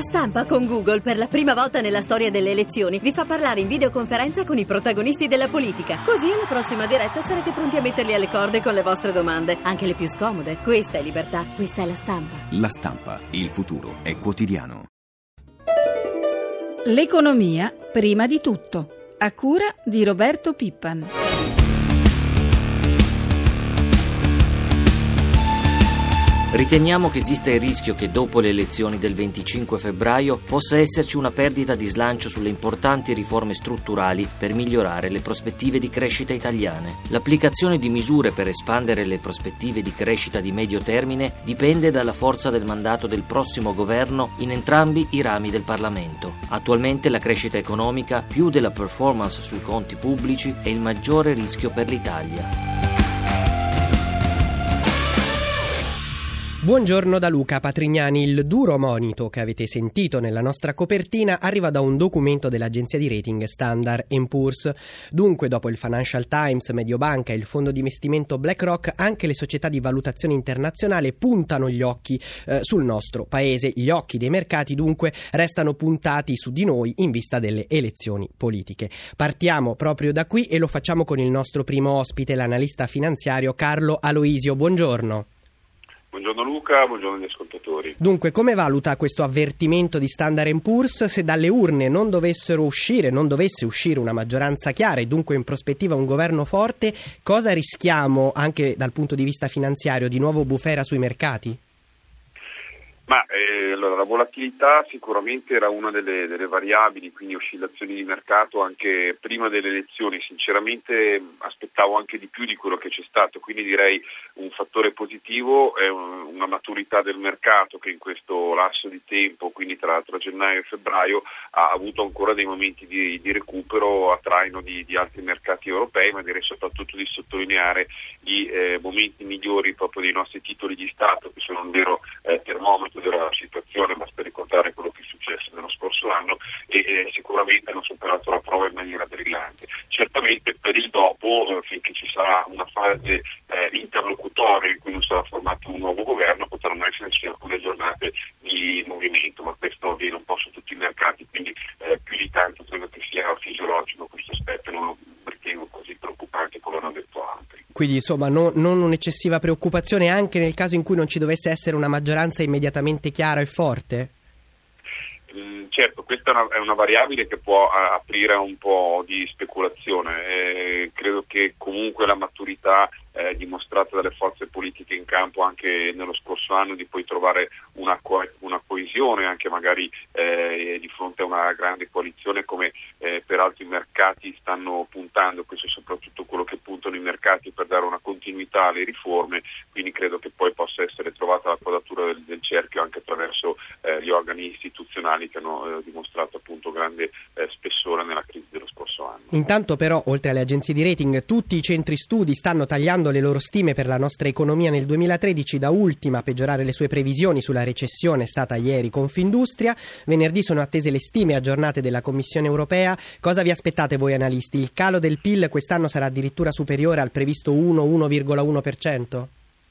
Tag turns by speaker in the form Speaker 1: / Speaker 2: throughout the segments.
Speaker 1: Stampa con Google, per la prima volta nella storia delle elezioni, vi fa parlare in videoconferenza con i protagonisti della politica. Così alla prossima diretta sarete pronti a metterli alle corde con le vostre domande, anche le più scomode. Questa è libertà, questa è La Stampa.
Speaker 2: La Stampa, il futuro è quotidiano.
Speaker 3: L'economia prima di tutto, a cura di Roberto Pippan.
Speaker 4: Riteniamo che esista il rischio che dopo le elezioni del 25 febbraio possa esserci una perdita di slancio sulle importanti riforme strutturali per migliorare le prospettive di crescita italiane. L'applicazione di misure per espandere le prospettive di crescita di medio termine dipende dalla forza del mandato del prossimo governo in entrambi i rami del Parlamento. Attualmente la crescita economica, più della performance sui conti pubblici, è il maggiore rischio per l'Italia.
Speaker 5: Buongiorno da Luca Patrignani. Il duro monito che avete sentito nella nostra copertina arriva da un documento dell'agenzia di rating Standard & Poor's. Dunque, dopo il Financial Times, Mediobanca e il fondo di investimento BlackRock, anche le società di valutazione internazionale puntano gli occhi sul nostro paese. Gli occhi dei mercati dunque restano puntati su di noi in vista delle elezioni politiche. Partiamo proprio da qui e lo facciamo con il nostro primo ospite, l'analista finanziario Carlo Aloisio. Buongiorno.
Speaker 6: Buongiorno Luca, buongiorno agli ascoltatori.
Speaker 5: Dunque, come valuta questo avvertimento di Standard & Poor's? Se dalle urne non dovesse uscire una maggioranza chiara e dunque in prospettiva un governo forte, cosa rischiamo anche dal punto di vista finanziario? Di nuovo bufera sui mercati?
Speaker 6: Allora, la volatilità sicuramente era una delle variabili, quindi oscillazioni di mercato anche prima delle elezioni. Sinceramente aspettavo anche di più di quello che c'è stato, quindi direi un fattore positivo è una maturità del mercato che in questo lasso di tempo, quindi tra gennaio e febbraio, ha avuto ancora dei momenti di recupero a traino di altri mercati europei, ma direi soprattutto di sottolineare i momenti migliori proprio dei nostri titoli di Stato, che sono un vero termometro della situazione. Basta ricordare quello che è successo nello scorso anno e sicuramente hanno superato la prova in maniera brillante. Certamente per il dopo, finché ci sarà una fase interlocutoria in cui non sarà formato un nuovo governo, potranno esserci alcune giornate di movimento, ma questo avviene un po' su tutti i mercati, quindi più di tanto credo che sia fisiologico questo aspetto, non lo ritengo così preoccupante come hanno detto altri.
Speaker 5: Quindi insomma non un'eccessiva preoccupazione anche nel caso in cui non ci dovesse essere una maggioranza immediatamente chiara e forte?
Speaker 6: Certo, questa è una variabile che può aprire un po' di speculazione. Credo che comunque la maturità dimostrata dalle forze politiche in campo anche nello scorso anno di poi trovare una coesione anche magari di fronte a una grande coalizione come peraltro i mercati stanno puntando. Questo è soprattutto quello che puntano i mercati per dare una continuità alle riforme, quindi credo che poi possa essere trovata la quadratura del cerchio anche attraverso gli organi istituzionali che hanno dimostrato appunto grande spessore nella crisi dello scorso anno.
Speaker 5: Intanto però, oltre alle agenzie di rating, tutti i centri studi stanno tagliando le loro stime per la nostra economia nel 2013. Da ultima a peggiorare le sue previsioni sulla recessione è stata ieri Confindustria. Venerdì sono attese le stime aggiornate della Commissione europea. Cosa vi aspettate voi analisti? Il calo del PIL quest'anno sarà addirittura superiore al previsto 1,1%?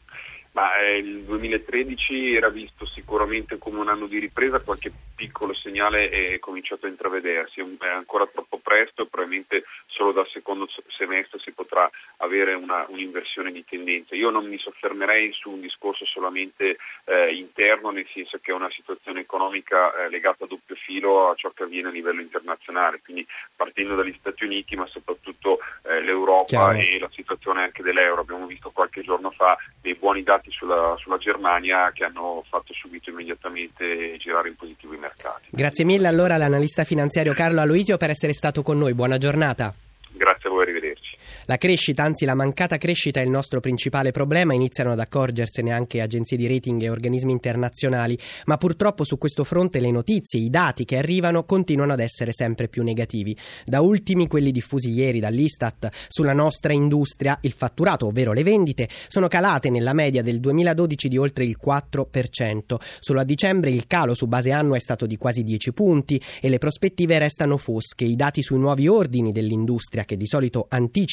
Speaker 6: Il 2013 era visto sicuramente come un anno di ripresa, qualche piccolo segnale è cominciato a intravedersi, è ancora troppo presto e probabilmente solo dal secondo semestre si potrà avere un'inversione di tendenza. Io non mi soffermerei su un discorso solamente interno, nel senso che è una situazione economica legata a doppio filo a ciò che avviene a livello internazionale, quindi partendo dagli Stati Uniti ma soprattutto l'Europa. Chiaro. E la situazione anche dell'euro. Abbiamo visto qualche giorno fa dei buoni dati sulla Germania che hanno fatto subito immediatamente girare in positivo i mercati.
Speaker 5: Grazie mille allora all'analista finanziario Carlo Aloisio per essere stato con noi. Buona giornata.
Speaker 6: Grazie a voi, arrivederci.
Speaker 5: La crescita, anzi la mancata crescita, è il nostro principale problema, iniziano ad accorgersene anche agenzie di rating e organismi internazionali, ma purtroppo su questo fronte le notizie, i dati che arrivano continuano ad essere sempre più negativi. Da ultimi quelli diffusi ieri dall'Istat sulla nostra industria. Il fatturato, ovvero le vendite, sono calate nella media del 2012 di oltre il 4%. Solo a dicembre il calo su base annua è stato di quasi 10 punti e le prospettive restano fosche. I dati sui nuovi ordini dell'industria, che di solito anticipano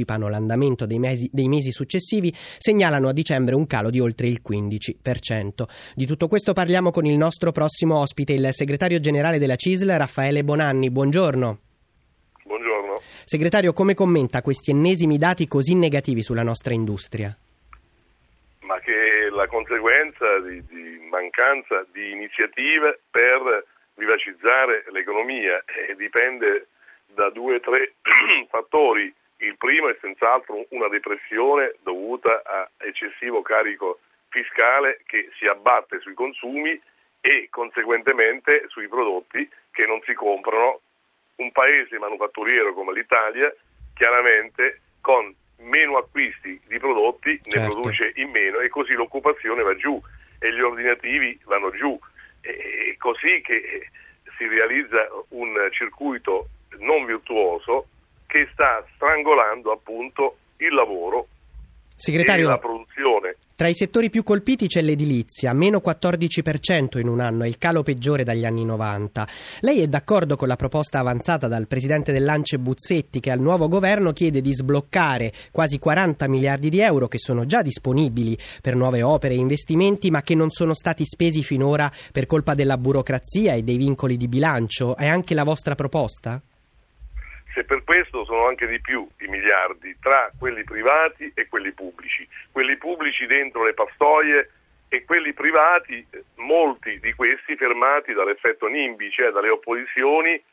Speaker 5: anticipano l'andamento dei mesi successivi, segnalano a dicembre un calo di oltre il 15%. Di tutto questo parliamo con il nostro prossimo ospite, il segretario generale della CISL, Raffaele Bonanni. Buongiorno.
Speaker 7: Buongiorno.
Speaker 5: Segretario, come commenta questi ennesimi dati così negativi sulla nostra industria?
Speaker 7: Ma che la conseguenza di mancanza di iniziative per vivacizzare l'economia dipende da 2 o 3 fattori. Il primo è senz'altro una depressione dovuta a eccessivo carico fiscale che si abbatte sui consumi e conseguentemente sui prodotti che non si comprano. Un paese manufatturiero come l'Italia chiaramente con meno acquisti di prodotti ne produce in meno e così l'occupazione va giù e gli ordinativi vanno giù, e così che si realizza un circuito non virtuoso che sta strangolando appunto il lavoro
Speaker 5: Segretario,
Speaker 7: e la produzione.
Speaker 5: Tra i settori più colpiti c'è l'edilizia, meno 14% in un anno, è il calo peggiore dagli anni 90. Lei è d'accordo con la proposta avanzata dal presidente dell'ANCE Buzzetti, che al nuovo governo chiede di sbloccare quasi 40 miliardi di euro che sono già disponibili per nuove opere e investimenti, ma che non sono stati spesi finora per colpa della burocrazia e dei vincoli di bilancio? È anche la vostra proposta?
Speaker 7: Se per questo sono anche di più i miliardi tra quelli privati e quelli pubblici dentro le pastoie e quelli privati, molti di questi fermati dall'effetto NIMBY, cioè dalle opposizioni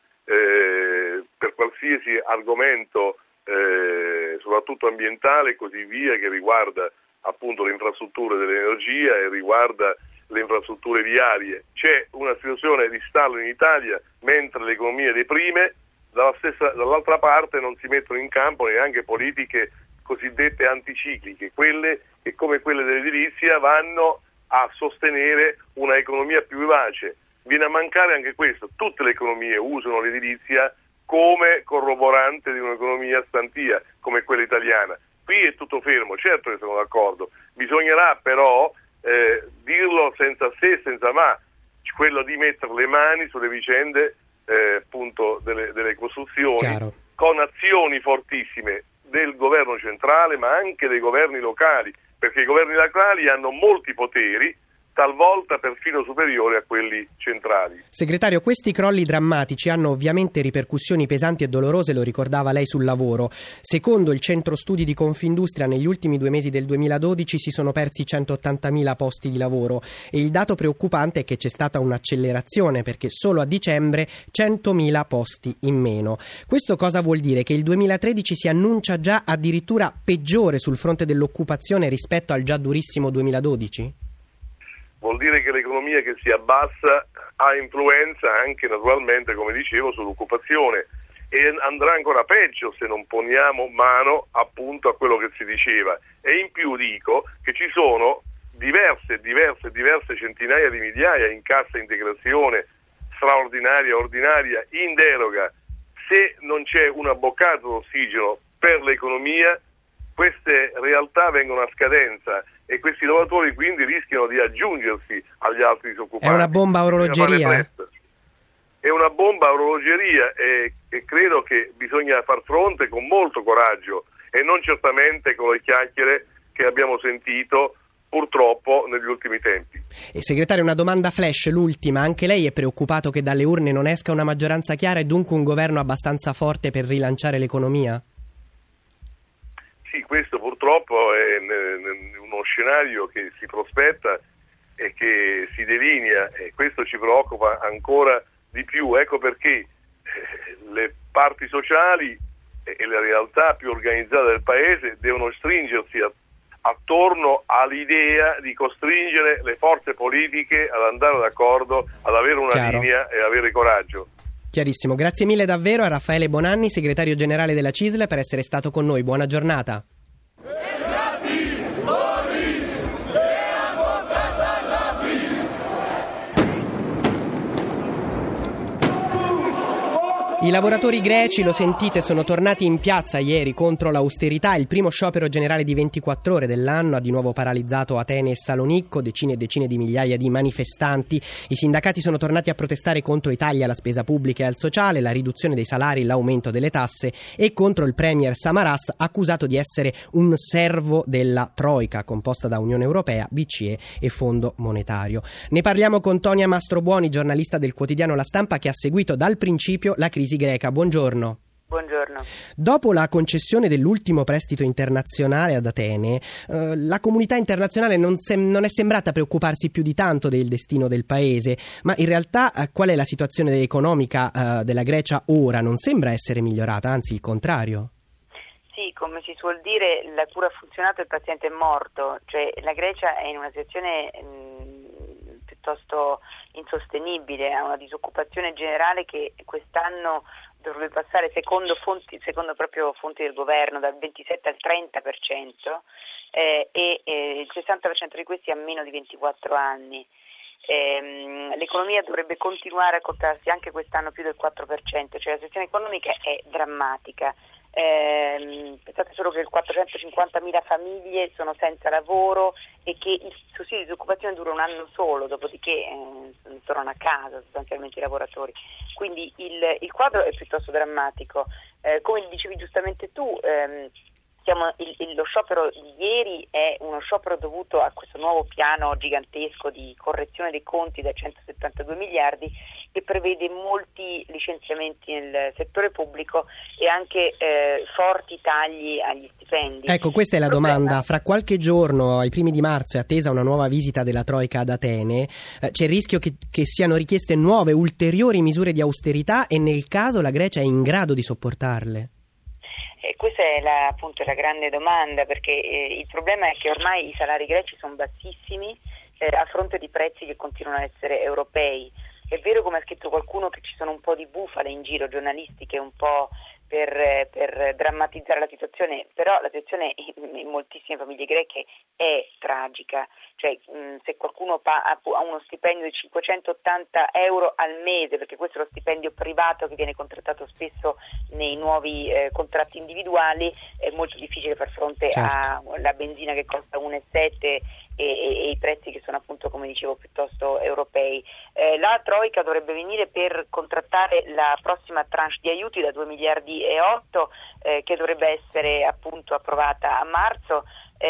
Speaker 7: per qualsiasi argomento soprattutto ambientale e così via, che riguarda appunto le infrastrutture dell'energia e riguarda le infrastrutture viarie. C'è una situazione di stallo in Italia mentre l'economia deprime. Dall'altra parte non si mettono in campo neanche politiche cosiddette anticicliche, quelle che come quelle dell'edilizia vanno a sostenere una economia più vivace. Viene a mancare anche questo, tutte le economie usano l'edilizia come corroborante di un'economia stantia come quella italiana. Qui è tutto fermo, certo che sono d'accordo, bisognerà però dirlo senza se e senza ma, quello di mettere le mani sulle vicende appunto delle costruzioni.
Speaker 5: Chiaro.
Speaker 7: Con azioni fortissime del governo centrale ma anche dei governi locali, perché i governi locali hanno molti poteri, talvolta perfino superiori a quelli centrali.
Speaker 5: Segretario, questi crolli drammatici hanno ovviamente ripercussioni pesanti e dolorose, lo ricordava lei, sul lavoro. Secondo il centro studi di Confindustria, negli ultimi 2 mesi del 2012 si sono persi 180.000 posti di lavoro e il dato preoccupante è che c'è stata un'accelerazione, perché solo a dicembre 100.000 posti in meno. Questo cosa vuol dire? Che il 2013 si annuncia già addirittura peggiore sul fronte dell'occupazione rispetto al già durissimo 2012?
Speaker 7: Vuol dire che l'economia che si abbassa ha influenza anche naturalmente, come dicevo, sull'occupazione, e andrà ancora peggio se non poniamo mano appunto a quello che si diceva. E in più dico che ci sono diverse centinaia di migliaia in cassa integrazione straordinaria, ordinaria, in deroga. Se non c'è una boccata d'ossigeno per l'economia, queste realtà vengono a scadenza e questi lavoratori quindi rischiano di aggiungersi agli altri disoccupati.
Speaker 5: È una bomba a orologeria?
Speaker 7: È una bomba a orologeria e credo che bisogna far fronte con molto coraggio e non certamente con le chiacchiere che abbiamo sentito purtroppo negli ultimi tempi.
Speaker 5: E segretario, una domanda flash, l'ultima. Anche lei è preoccupato che dalle urne non esca una maggioranza chiara e dunque un governo abbastanza forte per rilanciare l'economia?
Speaker 7: Sì, questo purtroppo è uno scenario che si prospetta e che si delinea e questo ci preoccupa ancora di più. Ecco perché le parti sociali e le realtà più organizzate del Paese devono stringersi attorno all'idea di costringere le forze politiche ad andare d'accordo, ad avere una linea e avere coraggio.
Speaker 5: Chiarissimo, grazie mille davvero a Raffaele Bonanni, segretario generale della CISL, per essere stato con noi. Buona giornata. I lavoratori greci, lo sentite, sono tornati in piazza ieri contro l'austerità. Il primo sciopero generale di 24 ore dell'anno ha di nuovo paralizzato Atene e Salonicco, decine e decine di migliaia di manifestanti. I sindacati sono tornati a protestare contro i tagli alla spesa pubblica e al sociale, la riduzione dei salari, l'aumento delle tasse e contro il premier Samaras, accusato di essere un servo della Troika, composta da Unione Europea, BCE e Fondo Monetario. Ne parliamo con Tonia Mastrobuoni, giornalista del quotidiano La Stampa, che ha seguito dal principio la crisi greca. Buongiorno.
Speaker 8: Buongiorno.
Speaker 5: Dopo la concessione dell'ultimo prestito internazionale ad Atene, la comunità internazionale non è sembrata preoccuparsi più di tanto del destino del paese, ma in realtà qual è la situazione economica della Grecia ora? Non sembra essere migliorata, anzi il contrario.
Speaker 8: Sì, come si suol dire, la cura ha funzionato e il paziente è morto, cioè la Grecia è in una situazione piuttosto insostenibile, ha una disoccupazione generale che quest'anno dovrebbe passare, secondo proprio fonti del governo, dal 27 al 30%, e il 60% di questi ha meno di 24 anni. L'economia dovrebbe continuare a contrarsi anche quest'anno più del 4%, cioè la situazione economica è drammatica. Pensate solo che 450.000 famiglie sono senza lavoro e che il sussidio di disoccupazione dura un anno solo, dopodiché tornano a casa sostanzialmente i lavoratori. Quindi il quadro è piuttosto drammatico. Come dicevi giustamente tu, lo sciopero di ieri è uno sciopero dovuto a questo nuovo piano gigantesco di correzione dei conti da 172 miliardi che prevede molti licenziamenti nel settore pubblico e anche forti tagli agli stipendi.
Speaker 5: Ecco, questa è la domanda. Fra qualche giorno, ai primi di marzo, è attesa una nuova visita della Troika ad Atene. C'è il rischio che siano richieste nuove, ulteriori misure di austerità e nel caso la Grecia è in grado di sopportarle?
Speaker 8: Questa è appunto la grande domanda, perché il problema è che ormai i salari greci sono bassissimi a fronte di prezzi che continuano a essere europei. È vero, come ha scritto qualcuno, che ci sono un po' di bufale in giro, giornalistiche, un po' per drammatizzare la situazione, però la situazione in moltissime famiglie greche è tragica. Cioè, se qualcuno ha uno stipendio di 580 euro al mese, perché questo è lo stipendio privato che viene contrattato spesso nei nuovi contratti individuali, è molto difficile far fronte alla benzina che costa 1,7 e i prezzi che sono appunto, come dicevo, piuttosto europei. La Troika dovrebbe venire per contrattare la prossima tranche di aiuti da 2 miliardi e 8 che dovrebbe essere appunto approvata a marzo.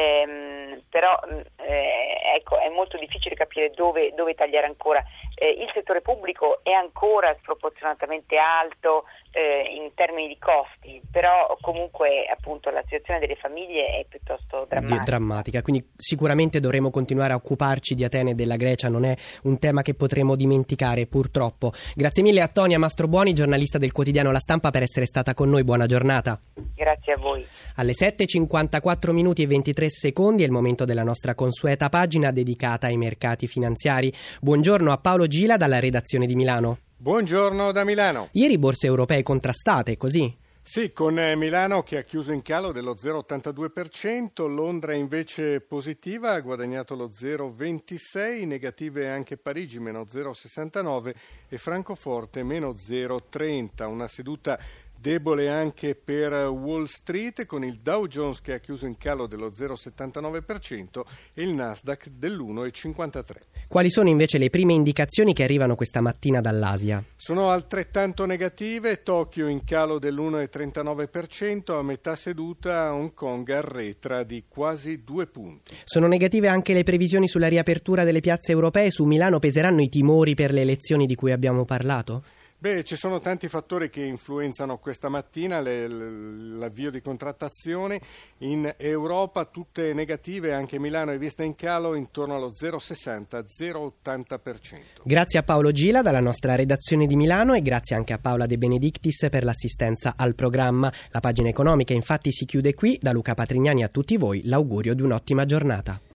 Speaker 8: Però ecco, è molto difficile capire dove tagliare ancora. Il settore pubblico è ancora sproporzionatamente alto in termini di costi, però comunque appunto la situazione delle famiglie è piuttosto drammatica.
Speaker 5: Quindi sicuramente dovremo continuare a occuparci di Atene e della Grecia, non è un tema che potremo dimenticare purtroppo. Grazie mille a Tonia Mastrobuoni, giornalista del quotidiano La Stampa, per essere stata con noi. Buona giornata.
Speaker 8: Grazie a voi.
Speaker 5: Alle 7:54 minuti e 23 secondi è il momento della nostra consueta pagina dedicata ai mercati finanziari. Buongiorno a Paolo Gila dalla redazione di Milano.
Speaker 9: Buongiorno da Milano.
Speaker 5: Ieri borse europee contrastate, così?
Speaker 9: Sì, con Milano che ha chiuso in calo dello 0,82%, Londra invece positiva, ha guadagnato lo 0,26%, negative anche Parigi, meno 0,69% e Francoforte, meno 0,30%. Una seduta debole anche per Wall Street, con il Dow Jones che ha chiuso in calo dello 0,79% e il Nasdaq dell'1,53%.
Speaker 5: Quali sono invece le prime indicazioni che arrivano questa mattina dall'Asia?
Speaker 9: Sono altrettanto negative. Tokyo in calo dell'1,39%, a metà seduta Hong Kong arretra di quasi 2 punti.
Speaker 5: Sono negative anche le previsioni sulla riapertura delle piazze europee. Su Milano peseranno i timori per le elezioni di cui abbiamo parlato?
Speaker 9: Ci sono tanti fattori che influenzano questa mattina l'avvio di contrattazione. In Europa tutte negative, anche Milano è vista in calo intorno allo 0,60-0,80%.
Speaker 5: Grazie a Paolo Gila dalla nostra redazione di Milano e grazie anche a Paola De Benedictis per l'assistenza al programma. La pagina economica infatti si chiude qui. Da Luca Patrignani a tutti voi l'augurio di un'ottima giornata.